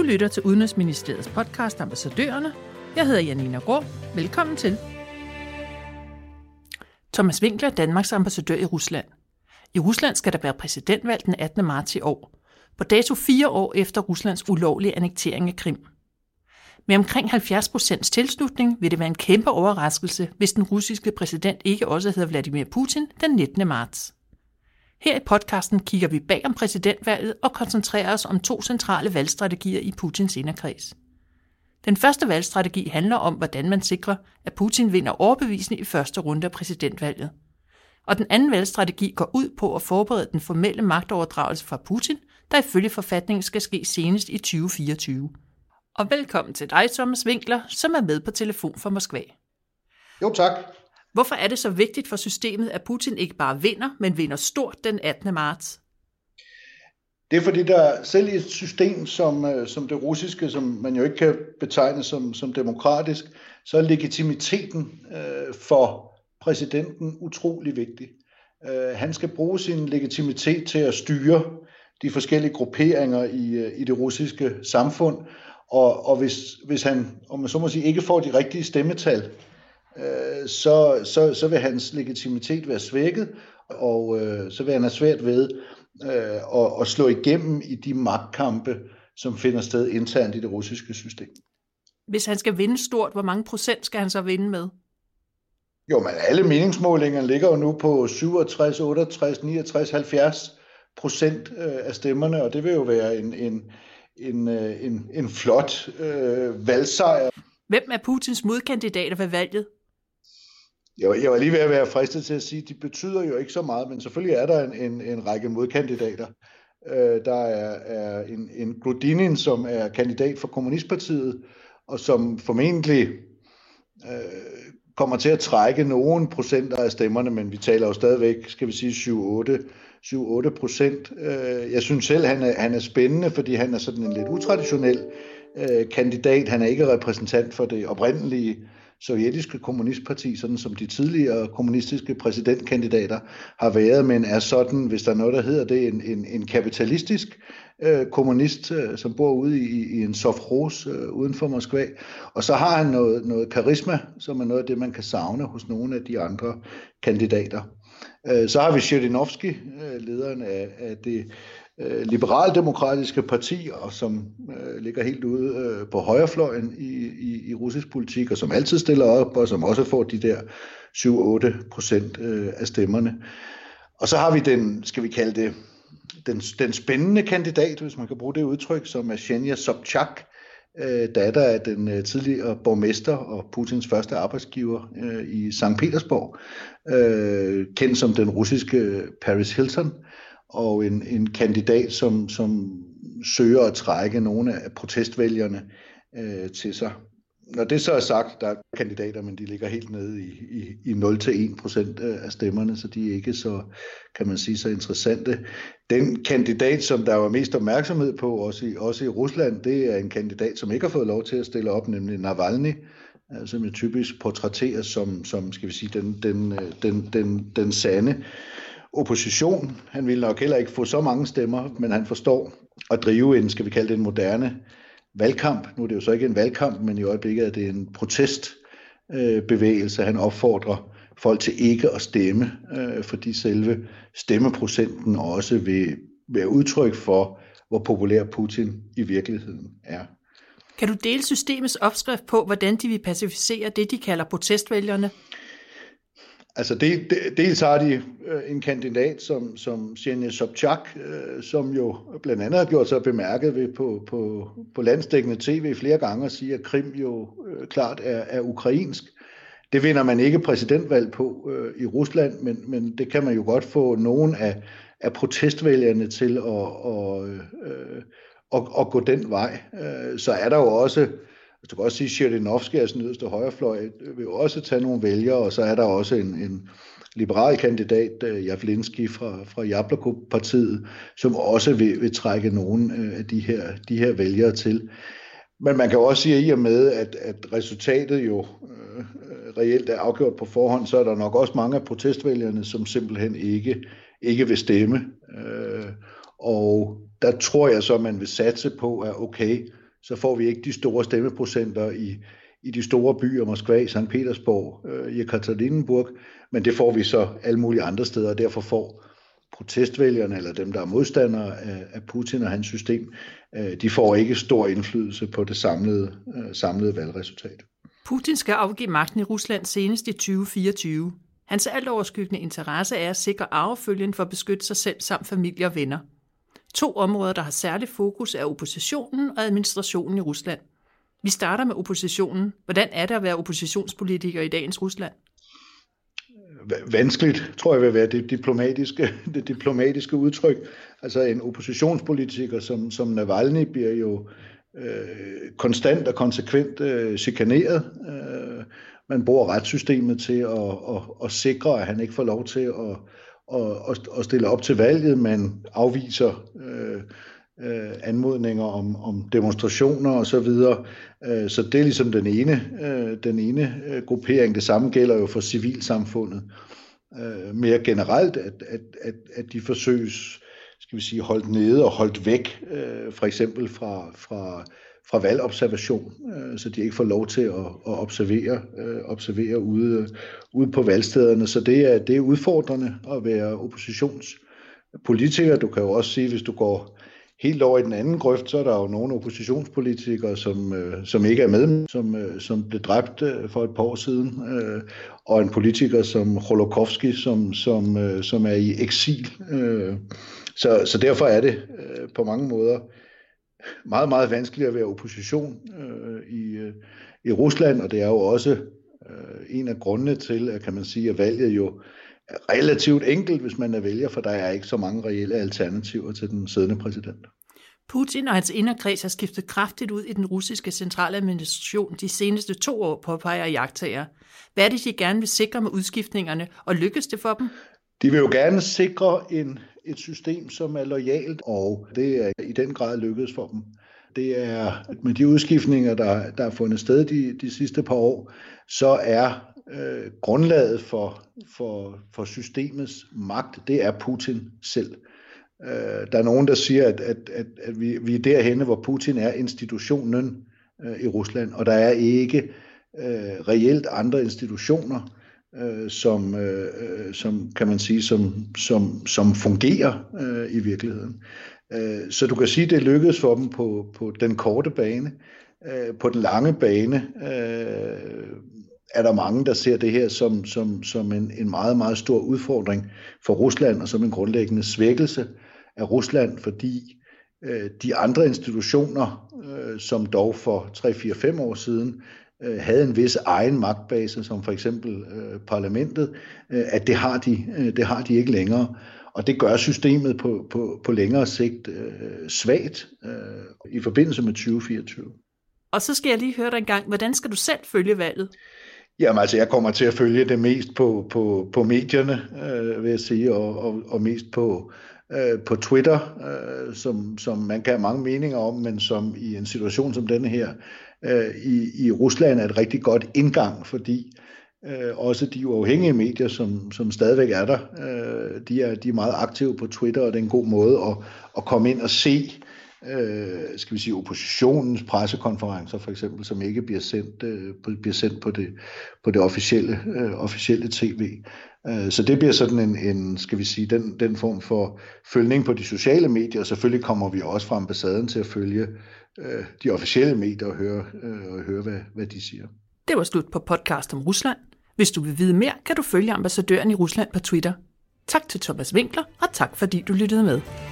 lytter til Udenrigsministeriets podcast Ambassadørerne. Jeg hedder Janina Grå. Velkommen til. Thomas Winkler, Danmarks ambassadør i Rusland. I Rusland skal der være præsidentvalg den 18. marts i år. På dato 4 år efter Ruslands ulovlige annektering af Krim. Med omkring 70% tilslutning vil det være en kæmpe overraskelse, hvis den russiske præsident ikke også hedder Vladimir Putin den 19. marts. Her i podcasten kigger vi bag om præsidentvalget og koncentrerer os om 2 centrale valgstrategier i Putins inderkreds. Den første valgstrategi handler om, hvordan man sikrer, at Putin vinder overbevisende i første runde af præsidentvalget. Og den anden valgstrategi går ud på at forberede den formelle magtoverdragelse fra Putin, der ifølge forfatningen skal ske senest i 2024. Og velkommen til dig, Thomas Winkler, som er med på telefon fra Moskva. Jo, tak. Hvorfor er det så vigtigt for systemet, at Putin ikke bare vinder, men vinder stort den 18. marts? Det er fordi, der selv i et system som det russiske, som man jo ikke kan betegne som demokratisk, så er legitimiteten for præsidenten utrolig vigtig. Han skal bruge sin legitimitet til at styre de forskellige grupperinger i det russiske samfund, og hvis han, om man så må sige, ikke får de rigtige stemmetal, så vil hans legitimitet være svækket, og så vil han have svært ved at slå igennem i de magtkampe, som finder sted internt i det russiske system. Hvis han skal vinde stort, hvor mange procent skal han så vinde med? Jo, men alle meningsmålinger ligger jo nu på 67, 68, 69, 70% af stemmerne, og det vil jo være en flot valgsejr. Hvem er Putins modkandidater ved valget? Jeg var lige ved at være fristet til at sige, at de betyder jo ikke så meget, men selvfølgelig er der en række modkandidater. Der er en Grudinin, som er kandidat for Kommunistpartiet, og som formentlig kommer til at trække nogle procenter af stemmerne, men vi taler jo stadigvæk, skal vi sige, 7-8%. Jeg synes selv, han er spændende, fordi han er sådan en lidt utraditionel kandidat. Han er ikke repræsentant for det oprindelige sovjetiske kommunistparti, sådan som de tidligere kommunistiske præsidentkandidater har været, men er sådan, hvis der er noget, der hedder det, en kapitalistisk kommunist, som bor ude i en sovkhoz uden for Moskva. Og så har han noget karisma, som er noget af det, man kan savne hos nogle af de andre kandidater. Så har vi Zhirinovsky, lederen af det liberaldemokratiske parti, og som ligger helt ude på højrefløjen i russisk politik, og som altid stiller op, og som også får de der 7-8% af stemmerne. Og så har vi den, skal vi kalde det, den spændende kandidat, hvis man kan bruge det udtryk, som er Ksenia Sobchak, datter af den tidligere borgmester og Putins første arbejdsgiver i Sankt Petersborg, kendt som den russiske Paris Hilton, og en kandidat, som søger at trække nogle af protestvælgerne til sig. Når det så er sagt, der er kandidater, men de ligger helt nede i 0-1% af stemmerne, så de er ikke så, kan man sige, så interessante. Den kandidat, som der var mest opmærksomhed på, også i Rusland, det er en kandidat, som ikke har fået lov til at stille op, nemlig Navalny, som jo typisk portrætteres som skal vi sige, den sande opposition. Han ville nok heller ikke få så mange stemmer, men han forstår at drive en, skal vi kalde det en moderne valgkamp. Nu er det jo så ikke en valgkamp, men i øjeblikket er det en protestbevægelse. Han opfordrer folk til ikke at stemme, fordi selve stemmeprocenten også vil være udtryk for, hvor populær Putin i virkeligheden er. Kan du dele systemets opskrift på, hvordan de vil pacificere det, de kalder protestvælgerne? Altså dels har de en kandidat som Ksenia Sobchak, som jo blandt andet har gjort sig bemærket ved på landsdækkende tv flere gange at sige, at Krim jo klart er ukrainsk. Det vinder man ikke præsidentvalg på i Rusland, men det kan man jo godt få nogen af protestvælgerne til at gå den vej. Så er der jo også, du kan også sige, Zhirinovsky er sådan yderste højrefløj, vil jo også tage nogle vælgere, og så er der også en liberal kandidat, Javlinsky fra Jabloko-partiet, som også vil trække nogle af de her vælgere til. Men man kan også sige, at i og med, at resultatet jo reelt er afgjort på forhånd, så er der nok også mange af protestvælgerne, som simpelthen ikke vil stemme. Og der tror jeg så, at man vil satse på, at okay, så får vi ikke de store stemmeprocenter i de store byer, Moskva, St. Petersborg, Jekaterinburg, men det får vi så alle mulige andre steder, og derfor får protestvælgerne, eller dem, der er modstandere af Putin og hans system, de får ikke stor indflydelse på det samlede valgresultat. Putin skal afgive magten i Rusland senest i 2024. Hans altoverskyggende interesse er at sikre arvefølgen for at beskytte sig selv samt familie og venner. 2 områder, der har særlig fokus, er oppositionen og administrationen i Rusland. Vi starter med oppositionen. Hvordan er det at være oppositionspolitiker i dagens Rusland? Vanskeligt, tror jeg vil være det diplomatiske udtryk. Altså en oppositionspolitiker som Navalny bliver jo konstant og konsekvent chikaneret. Man bruger retssystemet til at sikre, at han ikke får lov til at stille op til valget. Man afviser anmodninger om demonstrationer og så videre. Så det er ligesom den ene gruppering. Det samme gælder jo for civilsamfundet. Mere generelt, at de forsøges, skal vi sige, holdt nede og holdt væk, for eksempel fra valgobservation, så de ikke får lov til at observere ude på valgstederne. Så det er udfordrende at være oppositionspolitiker. Du kan jo også sige, hvis du går helt over i den anden grøft, så er der jo nogle oppositionspolitikere, som ikke er med, som blev dræbt for et par år siden, og en politiker som Khodorkovsky, som er i eksil. Så derfor er det på mange måder meget, meget vanskeligt at være opposition i Rusland, og det er jo også en af grundene til, at kan man sige, at valget jo er relativt enkelt, hvis man er vælger, for der er ikke så mange reelle alternativer til den siddende præsident. Putin og hans inderkreds har skiftet kraftigt ud i den russiske centraladministration de seneste 2 år, påpeger iagttagere. Hvad er det, de gerne vil sikre med udskiftningerne, og lykkes det for dem? De vil jo gerne sikre et system, som er loyalt, og det er i den grad lykkedes for dem. Det er med de udskiftninger, der er fundet sted de sidste par år, så er grundlaget for systemets magt, det er Putin selv. Der er nogen, der siger, at vi er derhenne, hvor Putin er institutionen i Rusland, og der er ikke reelt andre institutioner, som kan man sige, som fungerer i virkeligheden. Så du kan sige, at det lykkedes for dem på den korte bane. På den lange bane er der mange, der ser det her som en meget, meget stor udfordring for Rusland, og som en grundlæggende svækkelse af Rusland, fordi de andre institutioner, som dog for 3-4-5 år siden havde en vis egen magtbase, som for eksempel parlamentet, at det har de ikke længere. Og det gør systemet på længere sigt svagt i forbindelse med 2024. Og så skal jeg lige høre dig en gang, hvordan skal du selv følge valget? Jamen altså, jeg kommer til at følge det mest på medierne, vil jeg sige, og mest på Twitter, som man kan have mange meninger om, men som i en situation som denne her i Rusland er et rigtig godt indgang, fordi også de uafhængige medier, som stadigvæk er der, de er meget aktive på Twitter, og det er en god måde at komme ind og se, skal vi sige, oppositionens pressekonferencer for eksempel, som ikke bliver sendt på det officielle tv. Så det bliver sådan en skal vi sige, den form for følgning på de sociale medier, og selvfølgelig kommer vi også fra ambassaden til at følge de officielle medier og høre hvad de siger. Det var slut på podcast om Rusland. Hvis du vil vide mere, kan du følge ambassadøren i Rusland på Twitter. Tak til Thomas Winkler, og tak fordi du lyttede med.